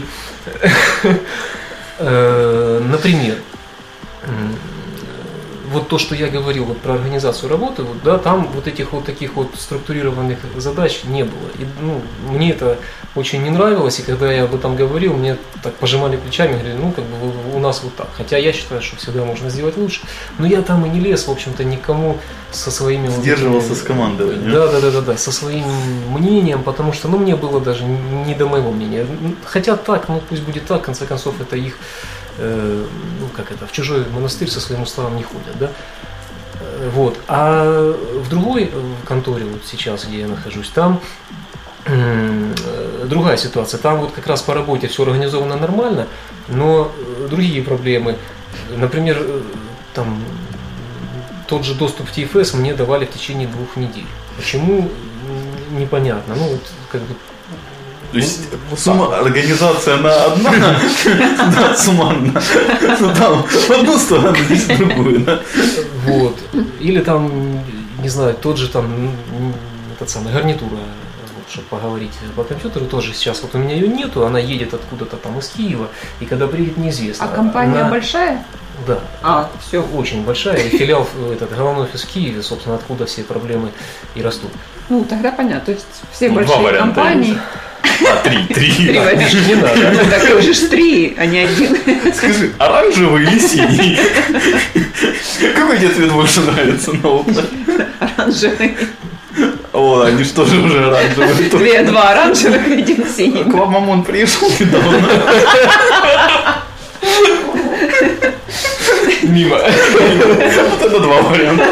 Э, Например, м, вот то, что я говорил вот про организацию работы, вот, да, там вот этих вот таких вот структурированных задач не было. И, ну, мне это очень не нравилось, и когда я об этом говорил, мне так пожимали плечами, говорили, ну, как бы у нас вот так. Хотя я считаю, что всегда можно сделать лучше. Но я там и не лез, в общем-то, никому со своими... вот Сдерживался этими- с командованием. Да, да, да, да, да, со своим мнением, потому что, ну, мне было даже не до моего мнения. Хотя так, ну, пусть будет так, в конце концов, это их, э, ну, как это, в чужой монастырь со своим уставом не ходят, да. Э, Вот. А в другой э, конторе, вот сейчас, где я нахожусь, там м, э, другая ситуация. Там вот как раз по работе все организовано нормально, но э, другие проблемы. Например, э, там тот же доступ в ти эф эс мне давали в течение двух недель. Почему? М, Непонятно. Ну, вот как бы То есть вот сумма, так. организация на одна, да, суммарно. Ну там в одну сторону, здесь в другую, да. Вот. Или там, не знаю, тот же там, м, этот самый, гарнитура, вот, чтобы поговорить по компьютеру, тоже сейчас вот у меня ее нету, она едет откуда-то там из Киева, и когда приедет, неизвестно. А компания Она- большая? Да, А, все. очень большая, и филиал, э, этот, головной офис в Киеве, собственно, откуда все проблемы и растут. Ну, тогда понятно. То есть все Ну, два большие варианта компании. А, три, три. Три Так, варианта. Миша, не надо. Ну, так уже ж три, а не один. Скажи, оранжевый или синий? Какой тебе цвет больше нравится на окна? Оранжевый. О, они что же уже оранжевые? Две, два оранжевых и один синий. К вам мамон приехал недавно. Мимо. Вот это два варианта.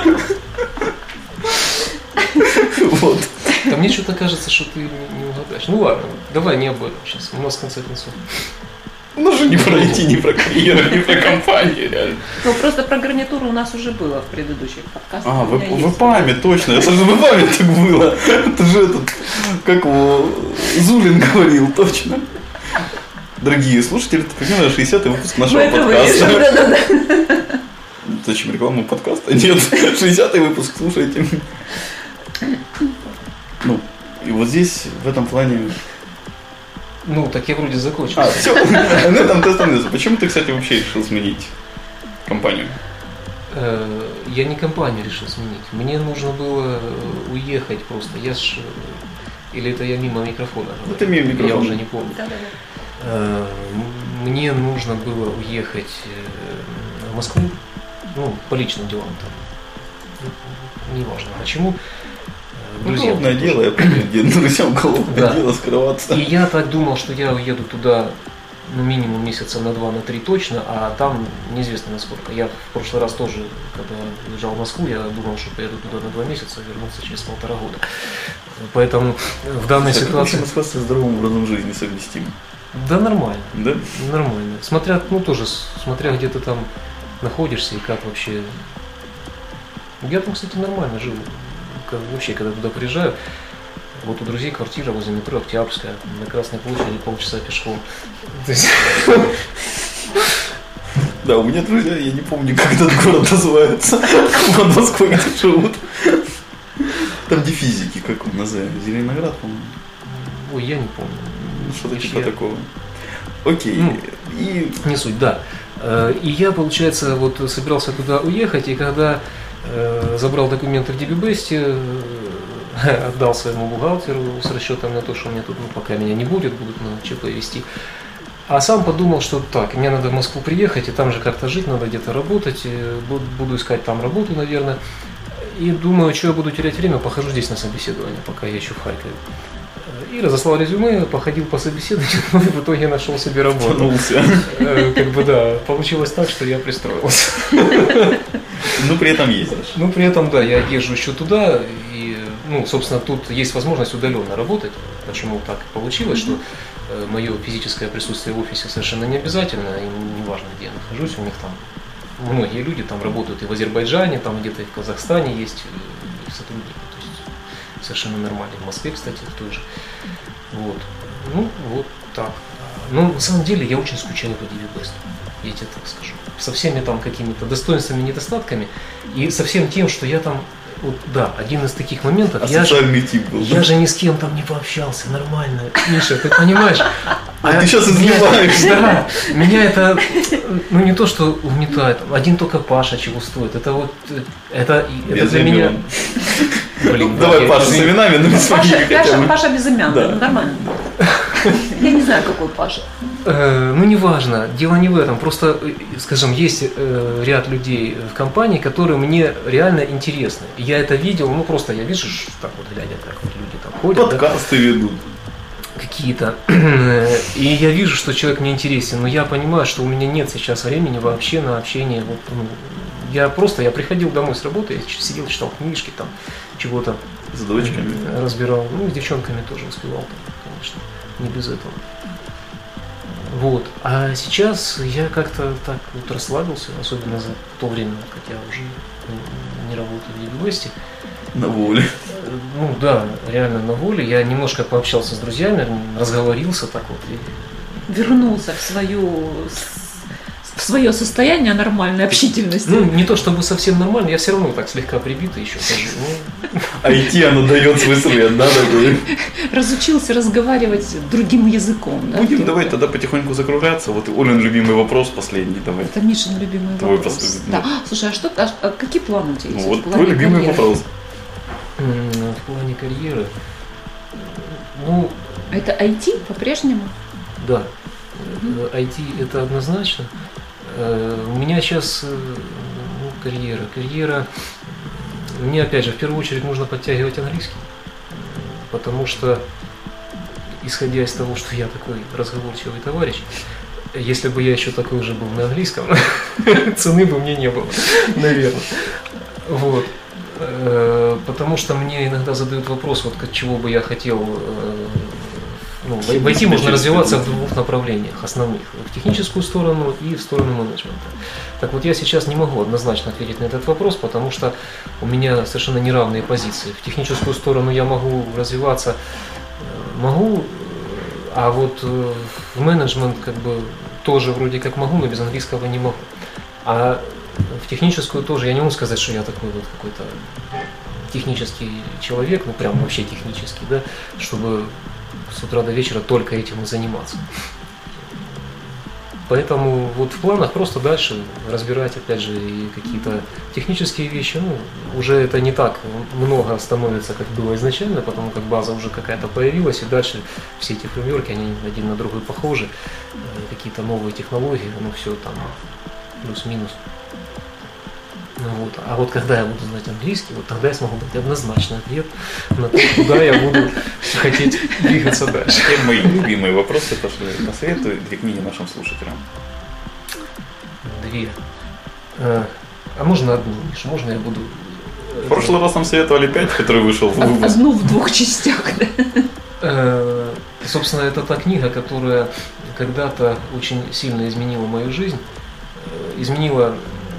Вот. Да мне что-то кажется, что ты не не угадаешь. Ну ладно, давай не об этом сейчас. У нас в конце концов. Ну же не про ай ти, не про карьеру, не про компанию, реально. Ну, просто про гарнитуру у нас уже было в предыдущих подкастах. А, У в, меня в есть. ИПАМе, точно. Это же в ИПАМе так было. Это же этот, как его, Зулин говорил, точно. Дорогие слушатели, это примерно шестидесятый выпуск нашего Мы это подкаста. вырежем, да-да-да. Зачем рекламу подкаста? Нет, шестидесятый выпуск, слушайте. Ну, и вот здесь, в этом плане... Ну, так я вроде закончил. А, все, на этом ты остановился. Почему ты, кстати, вообще решил сменить компанию? Я не компанию решил сменить. Мне нужно было уехать просто. Я ж... Или это я мимо микрофона? Это мимо микрофона. Я уже не помню. Да-да-да. Мне нужно было уехать в Москву, ну, по личным делам там. Неважно почему. Уголовное дело, я помню, где друзьям уголовное да. дело скрываться. И я так думал, что я уеду туда ну, минимум месяца на два, на три точно, а там неизвестно насколько. Я в прошлый раз тоже, когда уезжал в Москву, я думал, что поеду туда на два месяца, вернулся через полтора года. Поэтому в данной Слушай, ситуации... Как Москва со здоровым образом жизни совместим? Да нормально. Да? Нормально. Смотря, ну тоже, смотря где ты там находишься и как вообще... Я там, кстати, нормально жил. Как, вообще, когда туда приезжаю, вот у друзей квартира возле метро Октябрьская, на Красной площади полчаса пешком. То есть... Да, у меня друзья, я не помню, как этот город называется, под Москвой где живут. Там где физики, как он называется, Зеленоград, по-моему. Ой, я не помню. Что-то Видишь, типа я... такого. Окей. Ну, и... Не суть, да. И я, получается, вот собирался туда уехать, и когда э, забрал документы в Дебибесте, э, отдал своему бухгалтеру с расчетом на то, что мне тут, ну, пока меня не будет, будут на ЧП вести. А сам подумал, что так, мне надо в Москву приехать, и там же как-то жить, надо где-то работать, буду искать там работу, наверное. И думаю, что я буду терять время, похожу здесь на собеседование, пока я еще в Харькове. И разослал резюме, походил по собеседованию, но в итоге нашел себе работу. Тянулся. Как бы да, получилось так, что я пристроился. Ну, при этом ездишь. Ну, при этом, да, я езжу еще туда, и, ну, собственно, тут есть возможность удаленно работать. Почему так получилось, что мое физическое присутствие в офисе совершенно не обязательно, и не важно, где я нахожусь, у них там многие люди там работают и в Азербайджане, там где-то и в Казахстане есть сотрудники, то есть совершенно нормально. В Москве, кстати, в той же. Вот. Ну, вот так. Но на самом деле я очень скучаю по Дебибесту, я тебе так скажу. Со всеми там какими-то достоинствами, недостатками, и со всем тем, что я там, вот, да, один из таких моментов, а я, социальный же, тип был, я да? же ни с кем там не пообщался, нормально. Миша, ты понимаешь? А ты сейчас изливаешься. Да, меня это, ну не то, что угнетает, один только Паша чего стоит, это вот, это, это для меня... Блин, давай Паша с именами, но без фамилии хотя бы. Паша безымянный, нормально. Я не знаю, какой Паша. Ну, неважно, дело не в этом. Просто, скажем, есть ряд людей в компании, которые мне реально интересны. Я это видел, ну просто я вижу, так вот глядя, как вот люди там ходят. Подкасты да, ведут. Какие-то. И я вижу, что человек мне интересен, но я понимаю, что у меня нет сейчас времени вообще на общение. Вот, ну, я просто, я приходил домой с работы, я сидел, читал книжки, там, чего-то. С дочками. Разбирал. Ну, с девчонками тоже успевал, конечно, не без этого. Вот. А сейчас я как-то так вот расслабился, особенно за то время, как я уже не работаю в Дебибесте. На воле. Ну да, реально на воле. Я немножко пообщался с друзьями, разговорился так вот. И... Вернулся в свою... в свое состояние нормальной общительности. Ну, не то чтобы совсем нормально, я все равно так слегка прибитый еще хожу. Ну... А идти оно дает свой след, да, такой? Разучился разговаривать другим языком. Да? Будем давай тогда потихоньку закругляться. Вот Олин любимый вопрос последний, давай. Это Мишин любимый Твой вопрос. последний. Да. Слушай, а что, а какие планы у тебя есть? Ну, вот твой любимый карьеры? вопрос. В плане карьеры, ну... Это ай ти по-прежнему? Да, mm-hmm. ай ти это однозначно. У меня сейчас ну, карьера. Карьера, мне опять же в первую очередь нужно подтягивать английский, потому что, исходя из того, что я такой разговорчивый товарищ, если бы я еще такой уже был на английском, цены бы мне не было, наверное. Вот. Потому что мне иногда задают вопрос, вот чего бы я хотел. Ну, в ай ти можно развиваться в двух направлениях основных. В техническую сторону и в сторону менеджмента. Так вот, я сейчас не могу однозначно ответить на этот вопрос, потому что у меня совершенно неравные позиции. В техническую сторону я могу развиваться, могу, а вот в менеджмент как бы тоже вроде как могу, но без английского не могу. А в техническую тоже я не могу сказать, что я такой вот какой-то технический человек, ну прям вообще технический, да, чтобы с утра до вечера только этим и заниматься. Поэтому вот в планах просто дальше разбирать, опять же, и какие-то технические вещи. Ну, уже это не так много становится, как было изначально, потому как база уже какая-то появилась, и дальше все эти фреймворки, они один на другой похожи, какие-то новые технологии, ну все там плюс-минус. Ну, вот. А вот когда я буду знать английский, вот тогда я смогу дать однозначный ответ на то, куда я буду хотеть двигаться дальше. И мои любимые вопросы, пошли. Посоветуй две книги нашим слушателям. Две. А, а можно одну, Миша? Можно я буду... В прошлый раз нам советовали пять, который вышел в выпуск. Одну в двух частях, да? А, собственно, это та книга, которая когда-то очень сильно изменила мою жизнь. Изменила...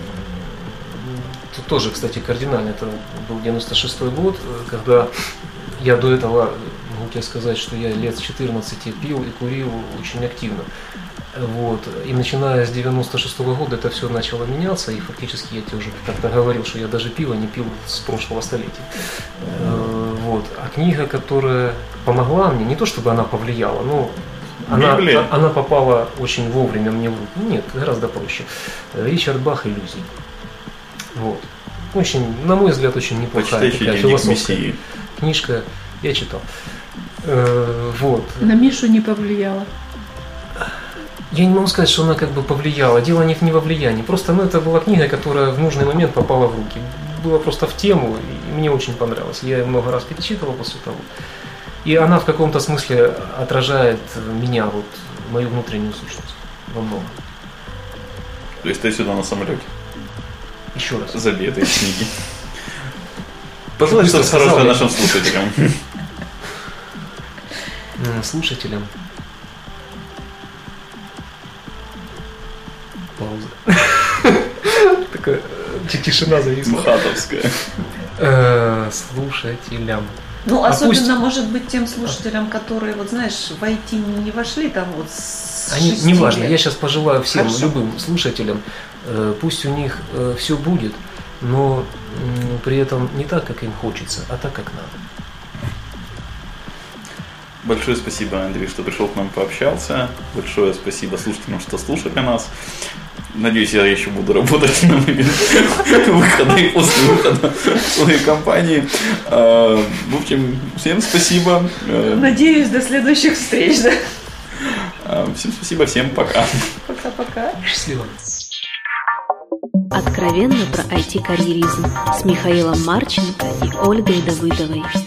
Тут тоже, кстати, кардинально. Это был девяносто шестой год, когда я до этого, могу тебе сказать, что я лет с четырнадцати пил и курил очень активно. Вот. И начиная с девяносто шестого года это все начало меняться, и фактически я тебе уже как-то говорил, что я даже пиво не пил с прошлого столетия. Вот. А книга, которая помогла мне, не то чтобы она повлияла, но она, она попала очень вовремя мне в руки. Нет, гораздо проще. Ричард Бах «Иллюзии». Вот. Очень, на мой взгляд, очень неплохая такая философская книжка. Я читал. Э, вот. На Мишу не повлияла. Я не могу сказать, что она как бы повлияла. Дело не, не во влиянии. Просто, ну, это была книга, которая в нужный момент попала в руки. Была просто в тему, и мне очень понравилось. Я ее много раз перечитывал после того. И она в каком-то смысле отражает меня, вот, мою внутреннюю сущность во многом. То есть ты сюда на самолете? Еще раз. Забей этой книги. Пожалуй, что хорошее нашим слушателям. Слушателям. Пауза. Такая тишина зависла. Хатовская. Слушателям. Ну, особенно, может быть, тем слушателям, которые, вот знаешь, в ай ти не вошли там вот с Они, шести неважно, лет. я сейчас пожелаю всем, Хорошо. любым слушателям, э, пусть у них э, все будет, но э, при этом не так, как им хочется, а так, как надо. Большое спасибо, Андрей, что пришел к нам, пообщался. Большое спасибо слушателям, что слушали нас. Надеюсь, я еще буду работать на момент выхода и после выхода своей компании. В общем, всем спасибо. Надеюсь, до следующих встреч. Да? Всем спасибо, всем пока. Пока-пока. Счастливо. Откровенно про ай ти-карьеризм с Михаилом Марченко и Ольгой Давыдовой.